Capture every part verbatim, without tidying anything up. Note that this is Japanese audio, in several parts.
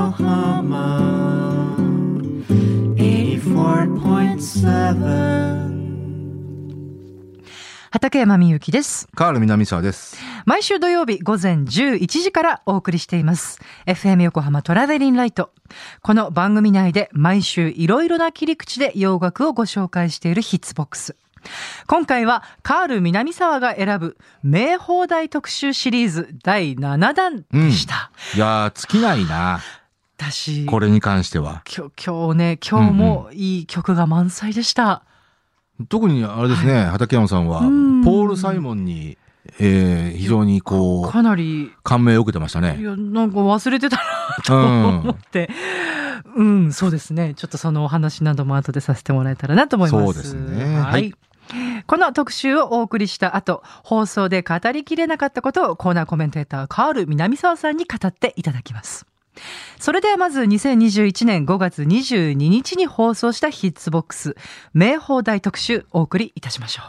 Yokohama eighty-four point seven。 畠山みゆきです。 カール南沢です。 毎週土曜日午前じゅういちじからお送りしています エフエム 横浜トラベリンライト。この番組内で毎週いろいろな切り口で洋楽をご紹介しているヒッツボックス。今回はカール南沢が選ぶ名放題特集シリーズだいななだんでした、 うん、いやー尽きないな私これに関しては。 きょ今日ね今日もいい曲が満載でした、うんうん、特にあれですね、はい、畠山さんはポール・サイモンに、えー、非常にこうかなり感銘を受けてましたね。 いやなんか忘れてたなと思って、うん、うん、そうですね。ちょっとそのお話なども後でさせてもらえたらなと思います。 そうですね。 はい。はい、この特集をお送りした後、放送で語りきれなかったことをコーナーコメンテーターカール南沢さんに語っていただきます。それではまずにせんにじゅういちねんごがつにじゅうににちに放送したヒッツボックス名放題特集お送りいたしましょ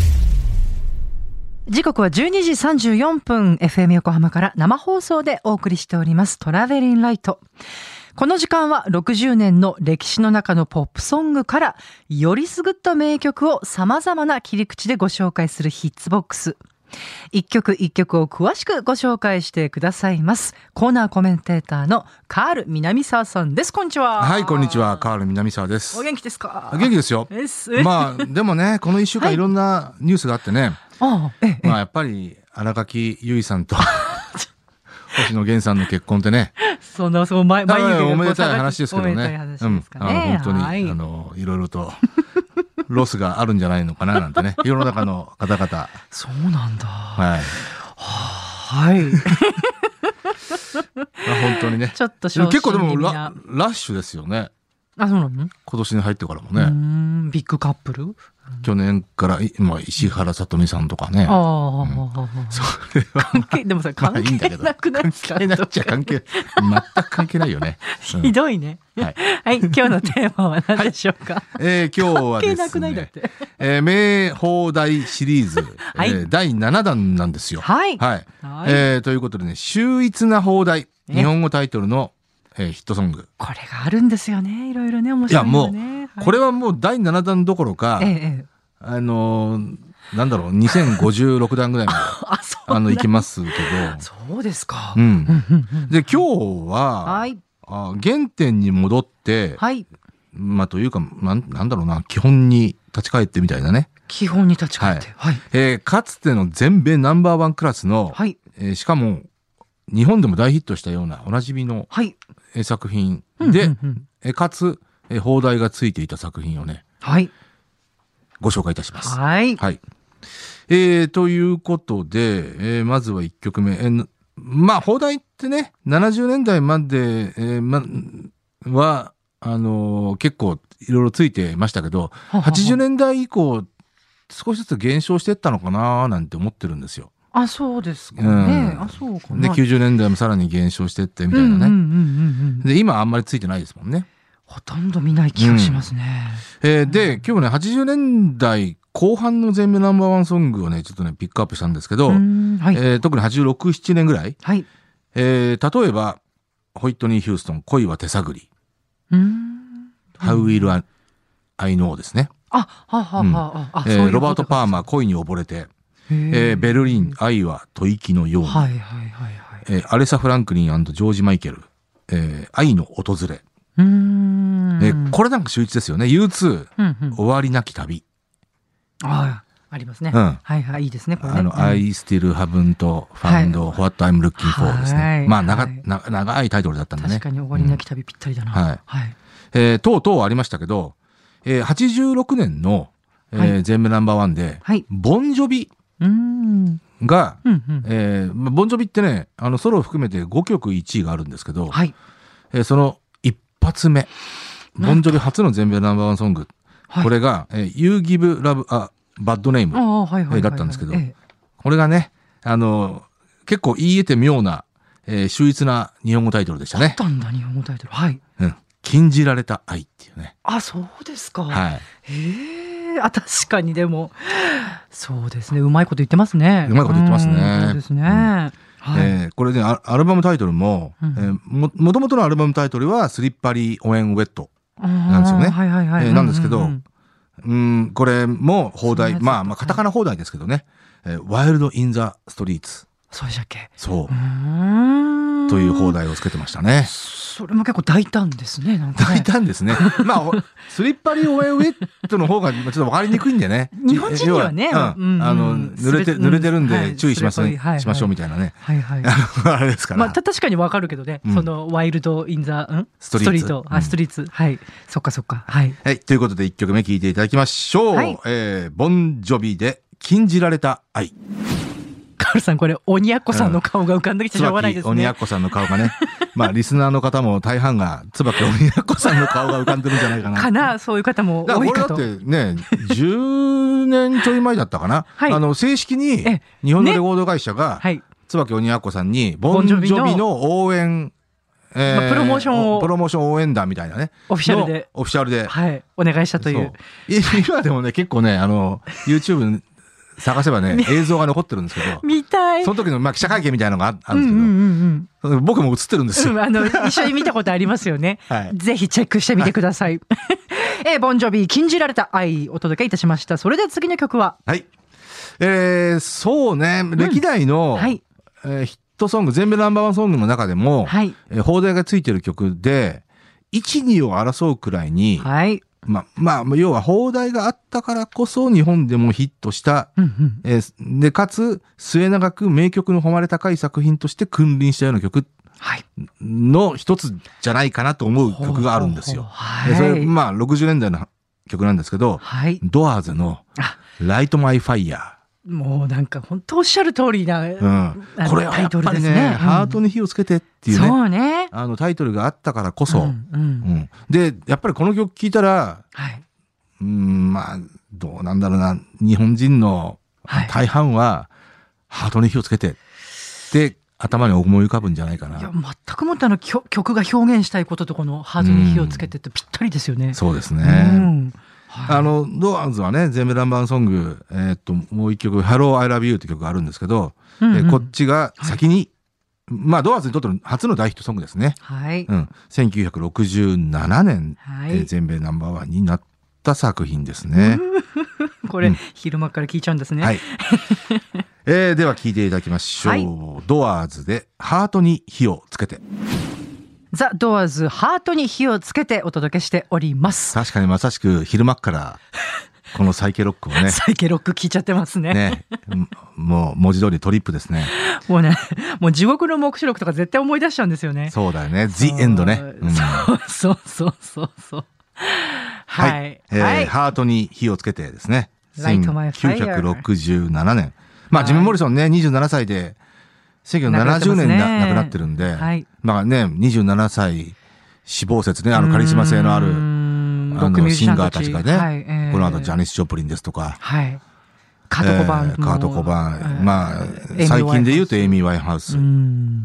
う。時刻はじゅうにじさんじゅうよんぷん エフエム 横浜から生放送でお送りしておりますトラベリンライト。この時間はろくじゅうねんの歴史の中のポップソングからよりすぐった名曲を様々な切り口でご紹介するヒッツボックス。一曲一曲を詳しくご紹介してくださいますコーナーコメンテーターのカール南沢さんです。こんにちは。 はい、こんにちは。カール南沢です。 お元気ですか？ 元気ですよ。まあでもねこのいっしゅうかんいろんなニュースがあってね、はい、ああええまあ、やっぱり新垣結衣さんと星野源さんの結婚ってねそんなそう前前指がおめでたい話ですけどね。 おめでたい話ですかね、 うん、あの本当に、 はい、 あのいろいろとロスがあるんじゃないのかななんてね世の中の方々。 そうなんだ。 はいはいまあ本当にねちょっと結構でも ラ, ラッシュですよね。 あ、そうなの？ 今年に入ってからもね。 うーんビッグカップル去年から今石原さとみさんとかね。 ああ、うん、 それは関係でもそれ関係なくなっちゃう。 関係なっちゃ関係全く関係ないよね。 うん、ひどいね。はい、はい、今日のテーマは何でしょうか。はい、 えー、今日はですね。 関係なくないだって。 えー、名放題シリーズ、 はい、 えー、だいななだんなんですよ。 はい。 はい。はい、えー、ということでね秀逸な放題日本語タイトルの、えー、ヒットソング。 これがあるんですよね。いろいろね面白いのね。 いやもう、はい、これはもうだいななだんどころか。ええあのー、なんだろうにせんごじゅうろくだんぐらいまであ, あの行きますけど。 そうですか。 うん、で今日は、 はい、 あ原点に戻って、 はい、 まあというかな ん, なんだろうな基本に立ち返ってみたいなね。 基本に立ち返って、はいはいえー、かつての全米ナンバーワンクラスの、はいえー、しかも日本でも大ヒットしたようなおなじみの、はい、えー、作品で、うんうんうんえー、かつ、えー、放題がついていた作品をね、はいご紹介いたします。はい。はい。えー、ということで、えー、まずはいっきょくめ。えー、まあ、放題ってね、ななじゅうねんだいまで、えー、ま、は、あのー、結構いろいろついてましたけど、ははははちじゅうねんだい以降、少しずつ減少していったのかななんて思ってるんですよ。 あ、そうですかね。うん、あ、そうかな。 で、きゅうじゅうねんだいもさらに減少していってみたいなね。うんうんうんうん、で、今あんまりついてないですもんね。 ほとんど見ない気がしますね。 うんえー、で今日ねはちじゅうねんだいこう半の全米ナンバーワンソングをねちょっとねピックアップしたんですけど、はいえー、特にはちじゅうろく、ななねんぐらい、はいえー、例えばホイットニー・ヒューストン恋は手探りうーん How Will I Know ですね。 あははは、うんあえー、ロバート・パーマー恋に溺れて、えー、ベルリン愛は吐息のように、はいはいはいはいえー、アレサ・フランクリン&ジョージ・マイケル、えー、愛の訪れうーんえこれなんか秀逸ですよね。 ユーツー、うんうん、終わりなき旅あありますね、うん、はいはいいいですねこれね。 あの、うん、I still haven't found what I'm looking for ですね、はい、まあ 長,、はい、長いタイトルだったんだね。 確かに終わりなき旅ぴったりだな、うんはいはいえー、とうとうありましたけど、えー、はちじゅうろくねんの、えーはい、全米ナンバーワンで、はい、ボンジョビが、うんうんえー、ボンジョビってねあのソロを含めてごきょくいちいがあるんですけど、はいえー、その一発目ボンジョビ初の全米ナンバーワンソング、はい、これが、えー、You Give Love a Bad Name だったんですけど、これがねあの結構言い得て妙な、えー、秀逸な日本語タイトルでしたね。 あったんだ日本語タイトル。はい、 うん、禁じられた愛っていうね。 あそうですか。 はいへえあ確かにでもそうですねうまいこと言ってますね。 うまいこと言ってますね。 そうですね、うんはい、 えー、これね、アルバムタイトルも、うん、えー、も、もともとのアルバムタイトルはスリッパリー・オエン・ウェットなんですよね。 はいはいはい。 えー、なんですけど、うん、うん、これも放題、まあまあカタカナ放題ですけどね、えー、ワイルド・イン・ザ・ストリート。 そうでしたっけ？ そう。うーんという放題をつけてましたね。 それも結構大胆ですね。なんかね大胆ですね。まあ、スリッパリー・オエン・ウェットの方がちょっと分かりにくいんでね。 日本人にはね、 うん、あの、濡れて、濡れてるんで注意しますね、はい、しましょうみたいなね。 はいはい。 あれですから。 まあ、確かに分かるけどね。うん、その、ワイルド・イン・ザ・んストリート。あ、ストリート。はい。そっかそっか。はい。 はい。ということでいっきょくめ聴いていただきましょう。はい、えー、ボンジョビで、禁じられた愛。 カールさん、これ鬼奴さんの顔が浮かんできてしょうがないですね。 鬼奴さんの顔がね。まあリスナーの方も大半が椿鬼奴さんの顔が浮かんでるんじゃないかな。 かな、そういう方も多いかと。 これだってね、じゅうねんちょい前だったかな。はい、あの正式に日本のレコード会社が、ね、椿鬼奴さんにボンジョビの応援、 えーまあ、プロモーションをプロモーション応援団みたいなね、 オフィシャルでオフィシャルで、 はい、お願いしたという。 今でもね結構ね、あの YouTube探せばね、映像が残ってるんですけど。 見たい。 その時の、まあ、記者会見みたいなのがあるんですけど、うんうんうん、僕も映ってるんですよ。 うん、あの、一緒に見たことありますよね。はい、ぜひチェックしてみてください。はい、えー、ボンジョビ、禁じられた愛、お届けいたしました。それでは次の曲は？ はい。えー、そうね、歴代の、うん、はい、えー、ヒットソング、全米ナンバーワンソングの中でも、はい、えー、邦題がついてる曲で、いち、にを争うくらいに、はい、まあ、まあ、要は放題があったからこそ日本でもヒットした、うんうん、えー、で、かつ末永く名曲の誉れ高い作品として君臨したような曲の一つじゃないかなと思う曲があるんですよ。はい、それ、まあ、ろくじゅうねんだいの曲なんですけど、はい、ドアーズのライトマイファイヤー。 もうなんか本当おっしゃる通りな、うん、 これはやっぱりね、うん、ハートに火をつけてっていうね、 そうね、 あのタイトルがあったからこそ、うんうんうん、でやっぱりこの曲聴いたら、はい、うん、まあどうなんだろうな、日本人の大半はハートに火をつけてって頭に思い浮かぶんじゃないかな。 いや全くもってあの曲が表現したいこととこのハートに火をつけてってぴったりですよね。 うん、そうですね。うんはい、あのドアーズはね全米ナンバーワンソング、えー、っともう一曲「Hello I Love You」って曲があるんですけど、うんうん、えー、こっちが先に、はい、まあドアーズにとっての初の大ヒットソングですね、はいうん、せんきゅうひゃくろくじゅうななねん、はいえー、全米ナンバーワンになった作品ですね。 これ、うん、昼間から聴いちゃうんですね。はいえー、では聴いていただきましょう、はい、ドアーズで「ハートに火をつけて」。 ザ・ドアーズ、ハートに火をつけてお届けしております。 確かにまさしく昼間からこのサイケロックをねサイケロック聞いちゃってますね。 ね、もう文字通りトリップですね。 もうね、もう地獄の黙示録とか絶対思い出しちゃうんですよね。 そうだよね、The End ね、 うん、そうそうそうそうそうはい、はいえーはい、 ハートに火をつけてですね、せんきゅうひゃくろくじゅうななねん、まあジム・モリソンねにじゅうななさいでせんきゅうひゃくななじゅうねんだ亡くなってるんで、はい、まあねにじゅうななさい死亡説ね、あのカリスマ性のあるあのシンガーたちがね、はいえー、この後ジャニス・ジョプリンですとか、はい、 カート・コバン、 えー、カート・コバン、えー、まあ最近で言うとエイミー・ワインハウス、うん、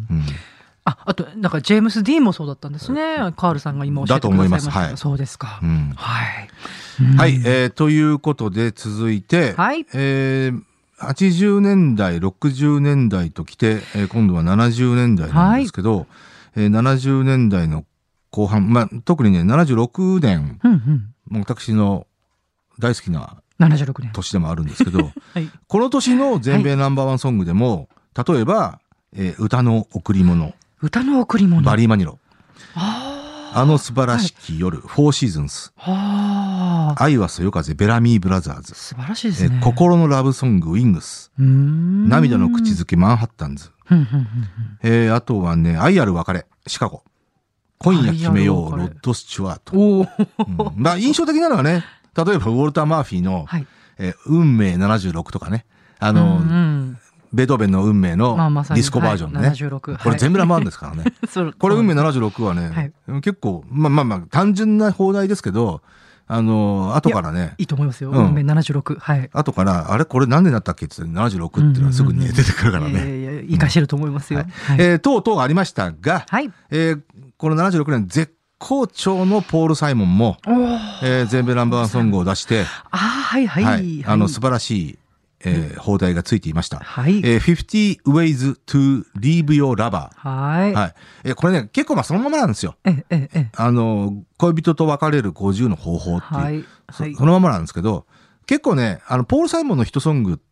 うん、 ああとなんかジェームス・ディーンもそうだったんですね。カールさんが今教えてくださいました。だと思います。はい、そうですか。うん、はい、 うん、はい、えー、ということで続いて、はいえーはちじゅうねんだいろくじゅうねんだいときて、えー、今度はななじゅうねんだいなんですけど、はいえー、ななじゅうねんだいの後半、まあ、特にねななじゅうろくねん、うんうん、私の大好きな年でもあるんですけど、はい、この年の全米ナンバーワンソングでも、はい、例えば、えー、歌の贈り物、 歌の贈り物バリー・マニロ、ああの素晴らしき夜、はい、フォーシーズンズ、愛はそよ風、ベラミーブラザーズ、 素晴らしいですね、 え心のラブソング、ウィングス、涙の口づけ、マンハッタンズ、えー、あとはね、愛ある別れ、シカゴ、今夜決めよう、ロッド・スチュワート、うん、まあ印象的なのはね、例えばウォルター・マーフィーの、はいえー、運命ななじゅうろくとかね、あの、うんうんベートーベンの運命のディスコバージョンね、まあまさにはい、これ全部ナンバーワンですからねこれ運命ななじゅうろくはね、はい、結構まあまあまあ単純な放題ですけど、あの後からねいいと思いますよ、うん、運命ななじゅうろく、はい、 後からあれこれ何年だったっけって言ってななじゅうろくっていうのはすぐに、ね、出てくるからね、 いやいや活かしてると思いますよ、 うんはいえー、とうとうありましたが、はいえー、このななじゅうろくねん絶好調のポール・サイモンも、えー、全米ナンバーワンソングを出してあ、はいはいはい、 あの素晴らしいえー、邦題がついていました。 はい。 えー、フィフティー ways to leave your lover。 はい。 はい。えー、これね、結構まあそのままなんですよ。 え、え、え。 あの、恋人と別れるごじゅうの方法っていう、はいはい、そ, そのままなんですけど、結構ね、あの、ポール・サイモンのヒットソングって、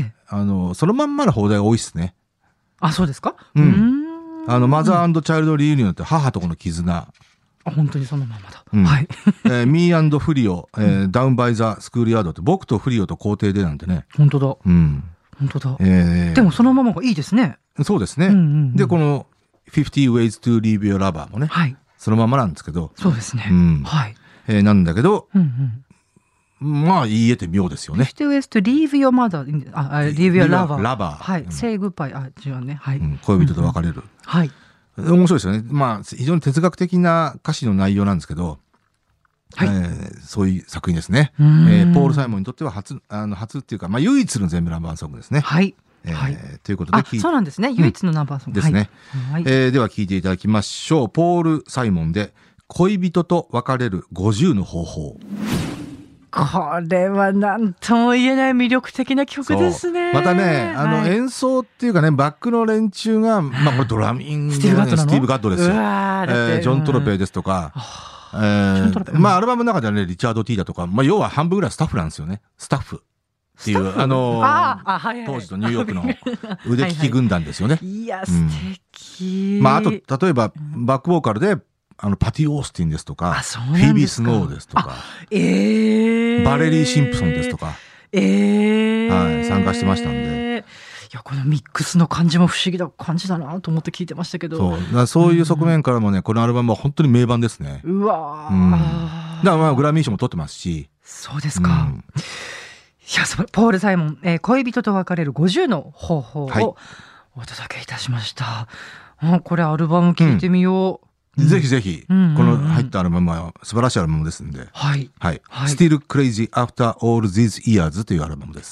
あの、そのまんまの邦題が多いですね。 あ、そうですか？ うん。うんあの、マザー&チャイルド・リユニオンって母と子の絆。 あ、本当にそのままだ。 うん、 はい。 えー、ミー&フリオ、えー、ダウンバイザ・スクールヤードって僕とフリオと校庭でなんてね。 本当だ。 うん。 本当だ。 えー、 でもそのままがいいですね。 そうですね。うんうんうん、で、このフィフティー ways to leave your lover もね。はい。そのままなんですけど。 そうですね。 うん。 はい。 えー、なんだけど、 うんうん、まあ言い得て妙ですよね。 フィフティー ways to leave your mother、あ、leave your lover。 ラバー。 はい。say goodbye。あ、違うね。はい、 うん。恋人と別れる。うんうん、 はい。 面白いですよね。まあ、非常に哲学的な歌詞の内容なんですけど、はい、えー、そういう作品ですね。えー、ポール・サイモンにとっては初、あの、初っていうか、まあ、唯一の全部ナンバーソングですね。 はい。 えーはい、 ということで聞いて。 そうなんですね。唯一のナンバーソング、 うん、ですね。 はい、 えー、では聞いていただきましょう。ポール・サイモンで、恋人と別れるごじゅうの方法。 これは何とも言えない魅力的な曲ですね。 またね、あの、はい、演奏っていうかね、バックの連中が、まあこれドラミング、ね、スティーブ・ガッドなの？スティーブ・ガッドですよ。えー、ジョン・トロペイですとか、うん、えー、まあアルバムの中ではね、リチャード・ティーだとか、まあ要は半分ぐらいスタッフなんですよね。スタッフ。っていう、あのーああはいはい、当時のニューヨークの腕利き軍団ですよね。 はいはい、いや、素敵。 うん、まああと、例えば、バックボーカルで、あの、パティ・オースティンですとか、フィービー・スノーですとか、 えー、 バレリー・シンプソンですとか、 えー、 はい、参加してましたんで。 いや、このミックスの感じも不思議な感じだなと思って聞いてましたけど。 そう。だそういう側面からもね、うん、このアルバムは本当に名盤ですね。 うわー。 うん、だからまあ、グラミー賞も取ってますし。 そうですか。うん、いや、ポール・サイモン、えー、恋人と別れるごじゅうの方法をお届けいたしました。はい、これアルバム聴いてみよう。 うん、ぜひぜひ、うんうんうん、この入ったアルバムは素晴らしいアルバムですんで。 はい。 はい。はい、Still Crazy After All These Years というアルバムです。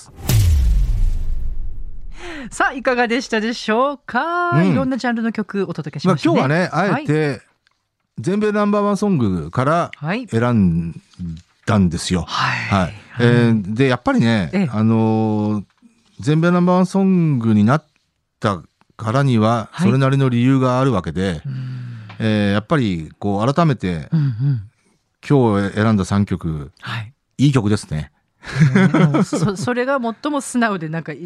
さあ、いかがでしたでしょうか、うん、いろんなジャンルの曲お届けしましたね。 まあ、今日はね、あえて、全米ナンバーワンソングから選んだんですよ。 はい。 はい。えー、で、やっぱりね、ええ、あのー、全米ナンバーワンソングになったからには、それなりの理由があるわけで、はい、えー、やっぱりこう改めて、うんうん、今日選んださんきょく、はい、いい曲ですね。 そ, それが最も素直でなんか、うん、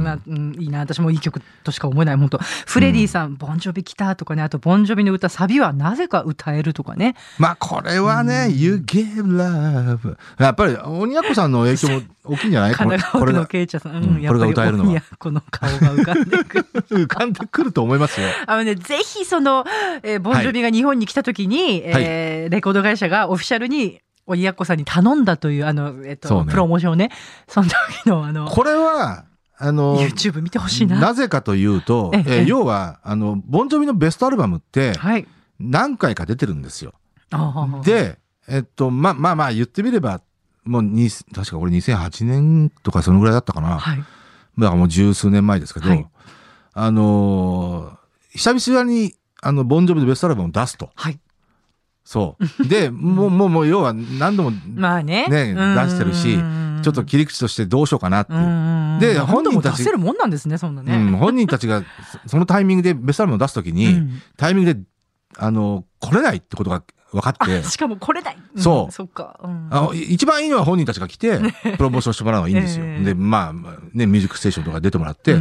まあうん、いいな、私もいい曲としか思えない。本当フレディさん、うん、ボンジョビ来たとかね、あとボンジョビの歌サビはなぜか歌えるとかね。 まあこれはね、うん、You Give Love やっぱり鬼奴さんの影響も大きいんじゃない？ 神奈川区のケイチャさん、うん、 これが歌えるのは鬼奴の顔が浮かんでくる浮かんでくると思いますよ。 あのね、ぜひその、えー、ボンジョビが日本に来た時に、はい、えー、レコード会社がオフィシャルに鬼奴さんに頼んだという、あの、えっと、ね、プロモーションね。その時の、あの、 これは、あの、 YouTube 見てほしいな。 なぜかというと、えええ要は、あの、ボンジョビのベストアルバムって、はい、何回か出てるんですよ。で、えっと、ま、まあまあ言ってみれば、もうに、確かこれにせんはちねんとかそのぐらいだったかな。はい。だからもう十数年前ですけど、はい、あのー、久々に、あの、ボンジョビのベストアルバムを出すと。はい。そう。で、もう、もう、もう、要は何度も、 まあね。 ね、出してるし、ちょっと切り口としてどうしようかなっていう。で、本人たち。 出せるもんなんですね、そんなね。 うん、本人たちが、そのタイミングでベストアルバムを出すときに、うん、タイミングで、あの、来れないってことが分かって。 しかも来れない。 うん、そう。 そっか、うん。 あ。一番いいのは本人たちが来て、プロモーションしてもらうのがいいんですよ。えー、で、まあ、ね、ミュージックステーションとか出てもらって、うん。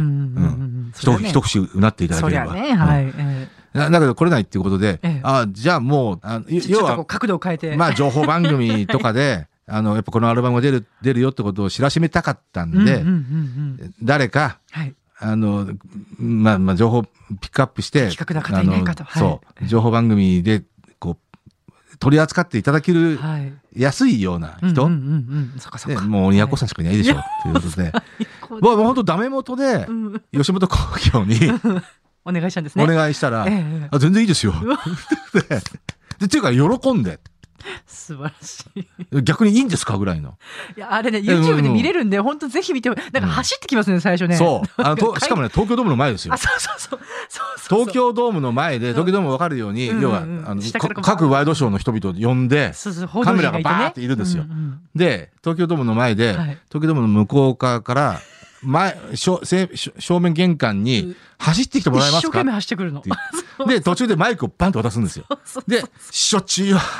一口うなっていただければ。 そりゃね、はい。うんえーだけど来れないっていうことで、ええ、あじゃあもう、あ要は、角度を変えて。 まあ情報番組とかで、あの、やっぱこのアルバムが出る、出るよってことを知らしめたかったんで、誰か、はい、あの、まあまあ情報ピックアップして、 企画な方いないかと。 はい、そう、情報番組で、こう、取り扱っていただける、安いような人、もう鬼奴さんしかいないでしょ、ということで、もう本当ダメ元で、吉本興業に、 お願いしたんですね。 お願いしたら、ええ、あ全然いいですよ。で、っていうか喜んで。 素晴らしい。 逆にいいんですかぐらいの。 いやあれね YouTube で見れるんで、本当ぜひ見て。なんか走ってきますね最初ね。 そうあのとしかもね東京ドームの前ですよ。 あそうそうそうそう東京ドームの前で東京ドーム分かるように、要はあの各ワイドショーの人々を呼んでカメラがバーっているんですよ。で東京ドームの前で、東京ドームの向こう側から前正正面玄関に走ってきてもらえますか。 一生懸命走ってくるの。 で途中でマイクをバンと渡すんですよ。でしょっちゅうは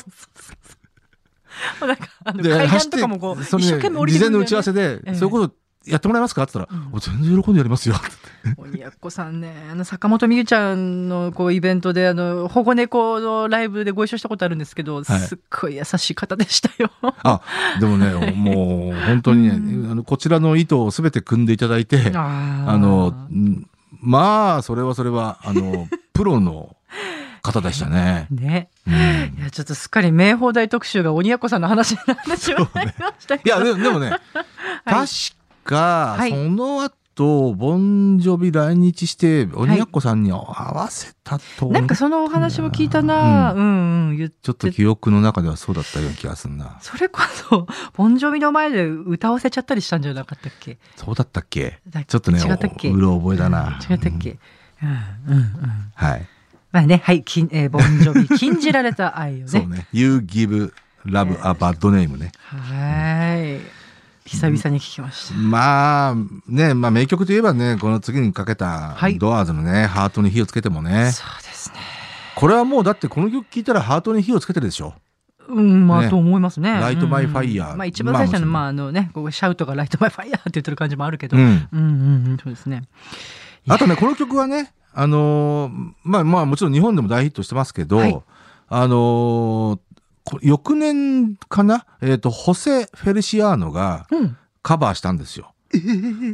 なんかあの階段とかもこう一生懸命降りてくるんだよね。 事前の打ち合わせで、ええ、そういうことやってもらえますかって言ったら、うん、全然喜んでやりますよって。 鬼奴さんね、あの坂本美優ちゃんのこうイベントであの保護猫のライブでご一緒したことあるんですけど、はい、すっごい優しい方でしたよ。 あでもねもう本当にね、うん、あのこちらの意図をすべて組んでいただいて、あ, あのまあそれはそれはあのプロの方でしたね。 ね、うん、いやちょっとすっかり名放題特集が鬼奴さんの話になってしまいましたけど、 ね、いやでもね、はい、確か、はい、その後ボンジョビ来日して鬼奴さんに合わせたと思う、 なんかそのお話も聞いたな、うんうんうん、言ってちょっと記憶の中ではそうだったような気がするな。 それこそボンジョビの前で歌わせちゃったりしたんじゃなかったっけ。 そうだったっけ。ちょっとね違ったっけ。 うろ覚えだな、 うん、違ったっけ、うんうんうん、 はいまあね、はい、きんえー、ボンジョビ禁じられた愛をね。 そうね。You give love a bad name ね。 はい。久々に聞きました。 まあね、まあ名曲といえばね、この次にかけたドアーズのね、はい、ハートに火をつけてもね。 そうですね。 これはもうだってこの曲聴いたらハートに火をつけてるでしょ。 うん、まあ、ね、と思いますね。 ライトマイファイヤー。 まあ一番最初のまああのね、ここシャウトがライトマイファイヤーって言ってる感じもあるけど、うん、うんうんうんそうですね。 あとねこの曲はね。あのー、まあまあもちろん日本でも大ヒットしてますけど、はい、あのー、翌年かな、えっとホセ・フェルシアーノがカバーしたんですよ。うん、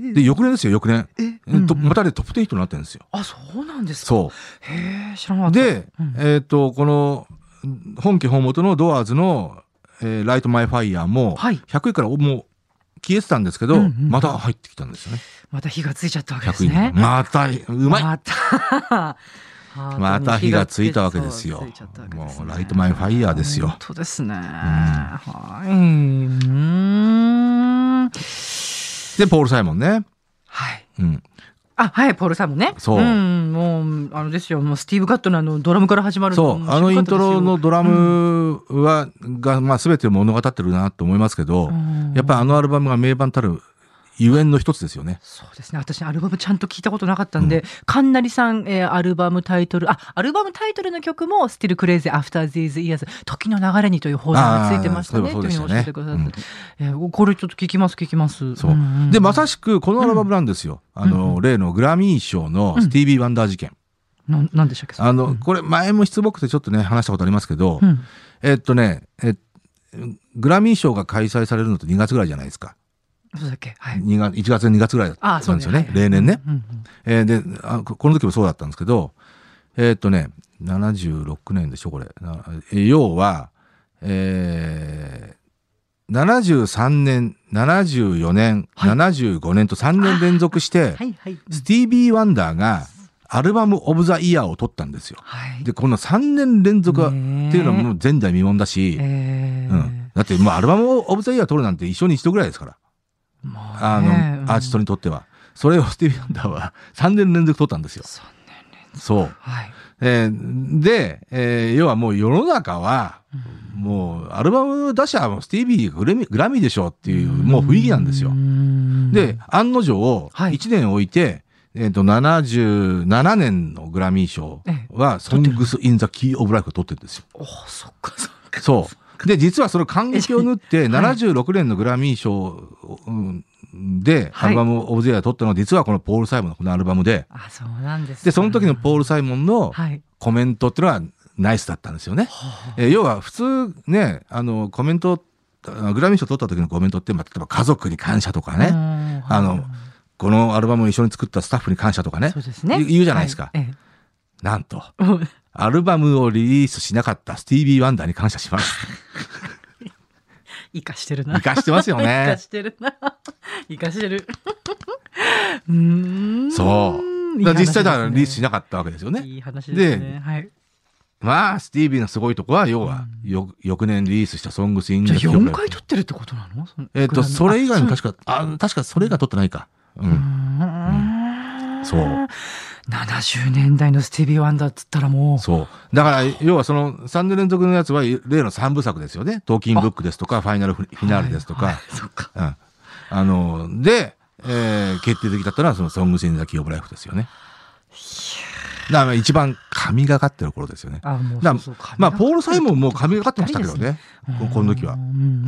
で翌年ですよ翌年、うんうん、またでトップテンヒットになってるんですよ。 あそうなんですか。 そうへえ知らなかった。 で、うん、えっとこの本家本元のドアーズの、えー、ライトマイファイヤーもひゃくいからもう消えてたんですけど、うんうん、また入ってきたんですよね。 また火がついちゃったわけですね。 またうまい。 またまた火がついたわけですよ。もうライトマイファイヤーですよ。 本当ですね。うん、はい。うんでポール・サイモンね。 はい。 うん。 あはいポール・サイモンね。 そう。うん、 もうあのですよ。もうスティーブ・ガットのあのドラムから始まる。 そうあのイントロのドラムは、うん、がまあ全て物語ってるなと思いますけど、やっぱりあのアルバムが名盤たる。ゆえんの一つですよね。 そうですね。私アルバムちゃんと聞いたことなかったんで、うん、神成さん、えー、アルバムタイトルあアルバムタイトルの曲も Still Crazy After These Years 時の流れにという放送がついてましたね。というふうに教えてくださって、うんえー、これちょっと聞きます聞きます。 そう、うんうん、でまさしくこのアルバムなんですよ。うん、あの、うん、例のグラミー賞のスティービー・ワンダー事件。 うん、なんでしたっけ。 あのこれ前も質ボックスでちょっとね話したことありますけど、うん、えっとねえグラミー賞が開催されるのってにがつぐらいじゃないですか。 そうだっけ、はい、 にがついちがつにがつぐらいだったんですよね、例年ね、うんうんえー、であこの時もそうだったんですけどえー、っとねななじゅうろくねんでしょこれ、えー、要は、えー、ななじゅうさんねんななじゅうよねん、はい、ななじゅうごねんとさんねん連続して、はいはいうん、スティービー・ワンダーがアルバム・オブ・ザ・イヤーを取ったんですよ、はい、でこのさんねん連続っていうのはもう前代未聞だし、えーうん、だってもうアルバム・オブ・ザ・イヤー取るなんて一生に一度ぐらいですからあの、うん、アーティストにとってはそれをスティービー・ワンダーはさんねん連続取ったんですよ。 さんねん連続そう、はいえー、で、えー、要はもう世の中は、うん、もうアルバム出しゃもうスティービーグラミー、グラミーでしょっていうもう雰囲気なんですよ。で案の定いちねん置いて、はいえー、とななじゅうななねんのグラミー賞はソングス・イン・ザ・キー・オブ・ライフを取ってるんですよ。 おそっかそっかそうで実はその間隙を縫ってななじゅうろくねんのグラミー賞でアルバムオブザイヤーを取ったのは実はこのポール・サイモンのこのアルバムで、 あそうなんですでその時のポール・サイモンのコメントっていうのはナイスだったんですよね。え要は普通ねあのコメントグラミー賞取った時のコメントって、まあ、例えば家族に感謝とかねあのこのアルバムを一緒に作ったスタッフに感謝とかね、 そうですね言うじゃないですか、はい、なんとアルバムをリリースしなかったスティービー・ワンダーに感謝します生かしてるな。 生かしてますよね。 生かしてるな。生かしてる。うーん。 そう。だから実際だからリリースしなかったわけですよね。 いい話ですね。はい。 まあ、スティービーのすごいとこは、要は、よ翌年リリースしたソングスインじゃあよんかい撮ってるってことなの？ えっと、それ以外に確か、あ、確かそれ以外撮ってないか。うん。うん、そう。 ななじゅうねんだいのスティービー・ワンダーっつったらもう。 そう。だから、要はそのさんねん連続のやつは例のさんぶさくですよね。トーキンブックですとか、ファイナルフィナーレですとか。はいはい、 そっか。 うん。あの、で、えー、決定的だったのはそのソングスインザキーオブライフですよね。だから一番神がかってる頃ですよね。 あ、もうそうそう。 まあ、ポール・サイモンも神がかってましたけどね。この時は。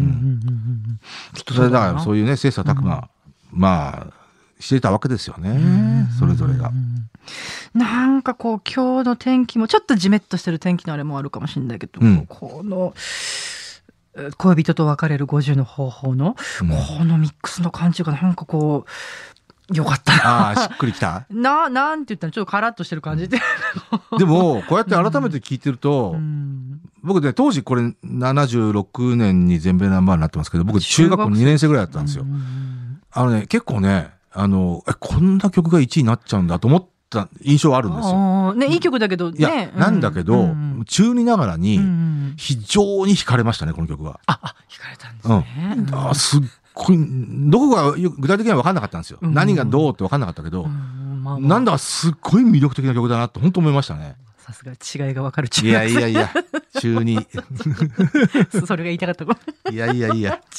それだからそういうね、切磋琢磨、まあ、していたわけですよね。それぞれが。 なんかこう、今日の天気も、ちょっとジメッとしてる天気のあれもあるかもしれないけど、うん、この、恋人と別れるごじゅうの方法の、うん、このミックスの感じがなんかこう、よかったな。 ああ、しっくりきたな、なんて言ったらちょっとカラッとしてる感じで。 でも、こうやって改めて聞いてると、うん、僕ね、当時これななじゅうろくねんに全米ナンバーになってますけど、僕中学校にねん生ぐらいだったんですよ。うん、あのね、結構ね、あの、え、こんな曲がいちいになっちゃうんだと思った印象はあるんですよ。 ね、いい曲だけどね。 いや、なんだけど、うん、中にながらに、非常に惹かれましたね、この曲は。 あ、あ、惹かれたんですね。 うん、あ、すっこどこが具体的には分かんなかったんですよ。うん、何がどうって分かんなかったけど、うんまあまあ、なんだすっごい魅力的な曲だなって本当思いましたね。 さすが違いが分かる中学生。いやいやいや、中に。 それが言いたかった。 いやいやいや。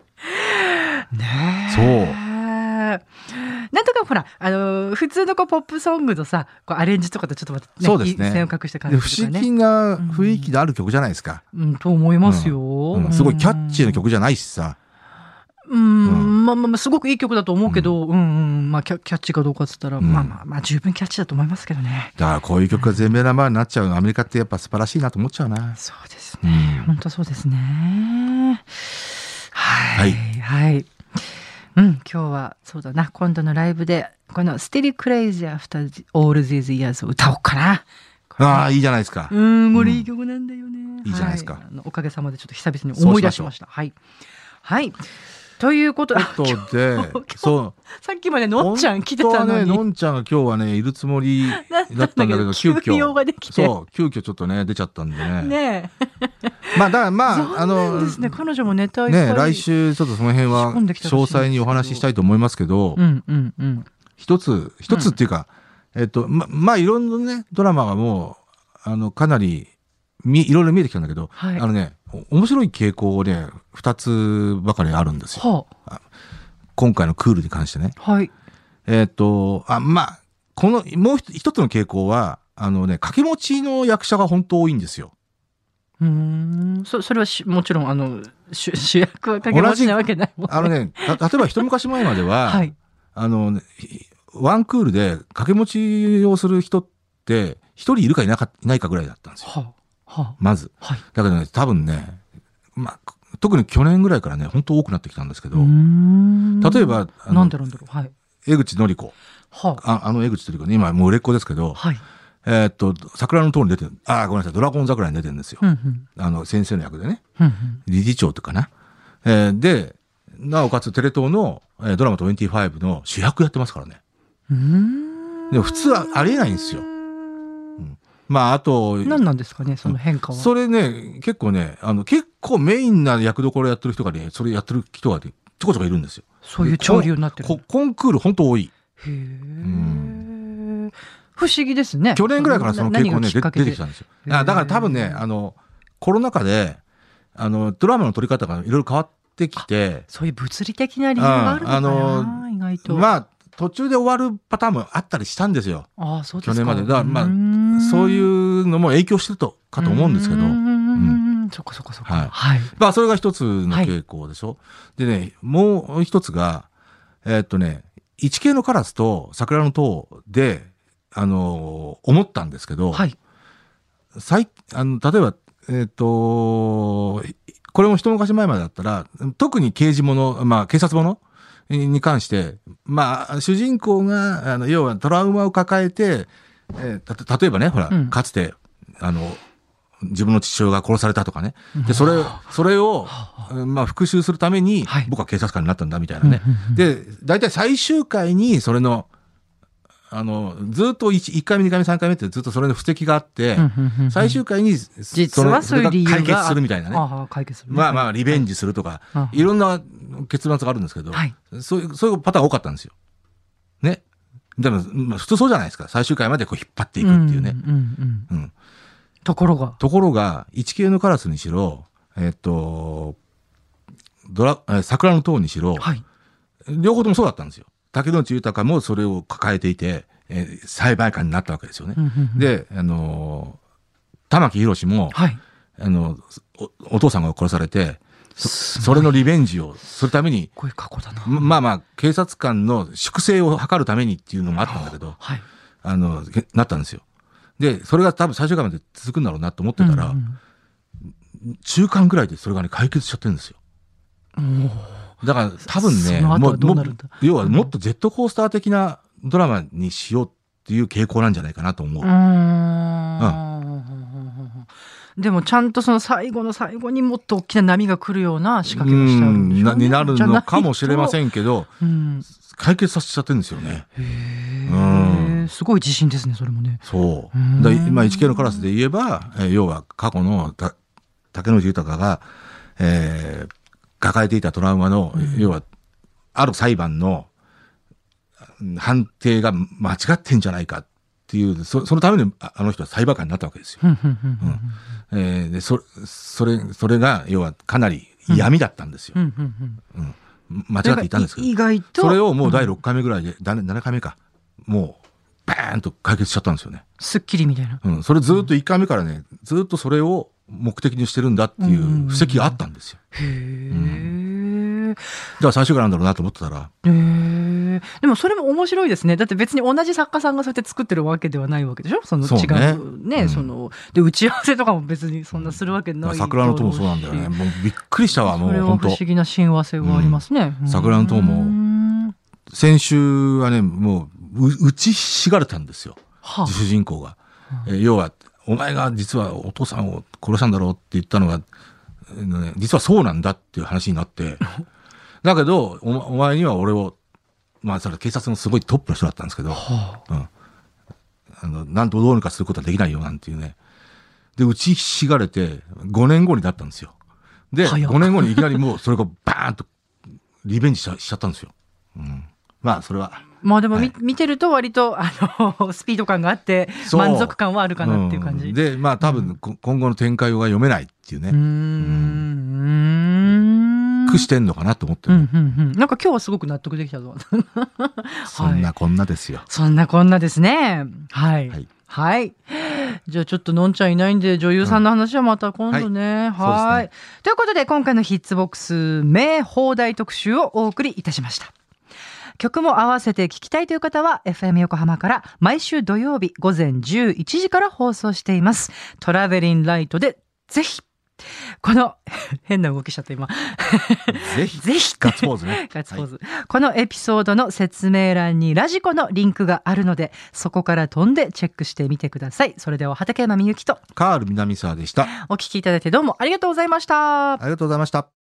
ねえ。 そう。 なんとかほら、あのー、普通のこうポップソングのさ、こうアレンジとかとちょっとまた、ね、 そうですね。 線を隠した感じとかね。 不思議な雰囲気のある曲じゃないですか。 うん、うん、と思いますよ、 うんうん。すごいキャッチーな曲じゃないしさ。 うん、うん、まあまあすごくいい曲だと思うけど、うん、うんうんまあキャキャッチかどうかっつったら、うん、まあまあまあ十分キャッチだと思いますけどね。 だからこういう曲が全米ナンバーになっちゃうの、アメリカってやっぱ素晴らしいなと思っちゃうな。 そうですね。うん、本当そうですね。はい、はい、はい。うん、今日はそうだな、今度のライブでこの Still Crazy After All These Years を歌おうかな。 ああ、いいじゃないですか。 うん、これいい曲なんだよね。 うん、いいじゃないですか、はい、 あのおかげさまでちょっと久々に思い出しました。はい。はい。ということで、 そう。 さっきまでのんちゃん来てたのに。 本当はね、のんちゃんが今日はね、いるつもりだったんだけど、急遽。 用ができて。 そう、急遽ちょっとね、出ちゃったんでね。 ねえ。 まあ、だからまあ、あの、 ですね、彼女もネタね、来週ちょっとその辺は詳細にお話ししたいと思いますけど、 うんうんうん。 一つ、一つっていうか、えっと、ま、まあ、いろんなね、ドラマがもう、あの、かなり、み、いろいろ見えてきたんだけど、はい、あのね、面白い傾向をね、二つばかりあるんですよ。はあ、今回のクールに関してね。 はい。 えっと、あ、まあ、この、もう一つの傾向は、あのね、掛け持ちの役者が本当多いんですよ。 うん、そ、それはしもちろん、あの、主、主役は掛け持ちなわけないもんね。 あのね、た例えば一昔前までは、はい、あの、ね、ワンクールで掛け持ちをする人って、一人いるかいなか、いないかぐらいだったんですよ。はあはあ、まず、はい。だけどね、多分ね、まあ、特に去年ぐらいからね、本当多くなってきたんですけど、例えば、 あの、なんだろう、はい。 江口のり子。はあ、ああの江口のり子ね、今もう売れっ子ですけど、はい。えー、っと、桜の塔に出てる、あ、ごめんなさい、ドラゴン桜に出てるんですよ。うんうん、あの、先生の役でね。うんうん、理事長とかな。えー、で、なおかつテレ東の、えー、ドラマにじゅうごの主役やってますからね。うーん。でも普通はありえないんですよ。まあ、あと。 何なんですかね、その変化は。 それね、結構ね、あの、結構メインな役どころやってる人がね、それやってる人がね、ちょこちょこいるんですよ。 そういう潮流になってる。 コ, コンクール本当多い。 へえ、うん。不思議ですね。 去年ぐらいからその傾向ね、出てきたんですよ。あ、だから多分ね、あの、コロナ禍で、あの、ドラマの撮り方がいろいろ変わってきて。 そういう物理的な理由があるのかな、あの意外と。 まあ、途中で終わるパターンもあったりしたんですよ。 ああ、そうですか。 去年まで。だからまあ、そういうのも影響してると、かと思うんですけど。うん。 そこそこそこ。はい。はい。 まあ、それが一つの傾向でしょ。はい、でね、もう一つが、えー、っとね、イチケイのカラスと桜の塔で、あのー、思ったんですけど、はい。最、あの、例えば、えー、っと、これも一昔前までだったら、特に刑事物、まあ、警察物に関して、まあ、主人公が、あの、要はトラウマを抱えて、えー、た、例えばね、ほら、うん、かつて、あの、自分の父親が殺されたとかね。で、それ、それを、まあ、復讐するために、僕は警察官になったんだ、みたいなね。で、大体最終回に、それの、 あの、ずっと 1, いっかいめ、にかいめ、さんかいめってずっとそれの布石があって、最終回に実はそういう理由が解決するみたいなね。 ああ解決する、ね、 まあまあ、リベンジするとか、はい、いろんな結末があるんですけど、はい、そういう、そういうパターン多かったんですよ。ね。でも、まあ、普通そうじゃないですか。最終回までこう引っ張っていくっていうね。うんうんうんうん、 ところが。 ところが、いち系のカラスにしろ、えっと、ドラ、桜の塔にしろ、はい、両方ともそうだったんですよ。竹野内豊もそれを抱えていて、えー、裁判官になったわけですよね。うんうんうん、で、あのー、玉木宏も、はい、あのお、お父さんが殺されて、そ, それのリベンジをするために、 こういう過去だな。 まあまあ、警察官の粛清を図るためにっていうのもあったんだけど、はい、あの、なったんですよ。で、それが多分最終回まで続くんだろうなと思ってたら、うんうん、中間ぐらいでそれがね、解決しちゃってるんですよ。だから多分ね、もう、もう、要はもっとジェットコースター的なドラマにしようっていう傾向なんじゃないかなと思う。うーん、 うん、でもちゃんとその最後の最後にもっと大きな波が来るような仕掛けをしてあるんでしょうね。 になるのかもしれませんけど、うん、解決させちゃってるんですよね。 へー、うん、すごい自信ですね、それもね。 そう。だ今 いち系のカラスで言えば、えー、要は過去のた竹野内豊が、えー抱えていたトラウマの、うん、要は、ある裁判の判定が間違ってんじゃないかっていう、そ, そのためにあの人は裁判官になったわけですよ。でそそれ、それが、要はかなり闇だったんですよ。うんうん、間違っていたんですけど、 意外とそれをもうだいろっかいめぐらいで、ななかいめか、もう、バーンと解決しちゃったんですよね。 すっきりみたいな。 うん、それずっといっかいめからね、ずっとそれを、目的にしてるんだっていう布石があったんですよ。へー、うん、だから最終回なんだろうなと思ってたら。 へー、でもそれも面白いですね。だって別に同じ作家さんがそうやって作ってるわけではないわけでしょ。その違うね、うん、そので打ち合わせとかも別にそんなするわけない。 桜の塔もそうなんだよね。もうびっくりしたわ。もうそれは不思議な親和性がありますね。 うん、桜の塔も先週はね、もう打ちひしがれたんですよ。はあ、主人公が、えー、要は。お前が実はお父さんを殺したんだろうって言ったのが、ね、実はそうなんだっていう話になって、だけど お, お前には俺を、まあそれ警察のすごいトップの人だったんですけど、はあ、うん、あのなんとどうにかすることはできないよなんていうね。で打ちひしがれてごねんごになったんですよ。でごねんごにいきなりもうそれがバーンとリベンジしちゃ、しちゃったんですよ。うん、まあそれは。 まあでも 見,、はい、見てると割とあのスピード感があって満足感はあるかなっていう感じ、 うん、でまあ多分、うん、今後の展開が読めないっていうね、うーん、うん、苦してんのかなと思ってる、うんうんうん、なんか今日はすごく納得できたぞそんなこんなですよ、はい、 そんなこんなですね、はいはい、はい、じゃあちょっとのんちゃんいないんで女優さんの話はまた今度ね、うん、はい、はい、ということで今回のヒッツボックス名放題特集をお送りいたしました。曲も合わせて聴きたいという方は エフエム 横浜から毎週土曜日午前じゅういちじから放送しています。トラベリンライトでぜひこの変な動きしちゃった今ぜひぜひガッツポーズねガッツポーズ、はい、このエピソードの説明欄にラジコのリンクがあるのでそこから飛んでチェックしてみてください。それでは畠山みゆきとカール南沢でした。 お聞きいただいてどうもありがとうございました。 ありがとうございました。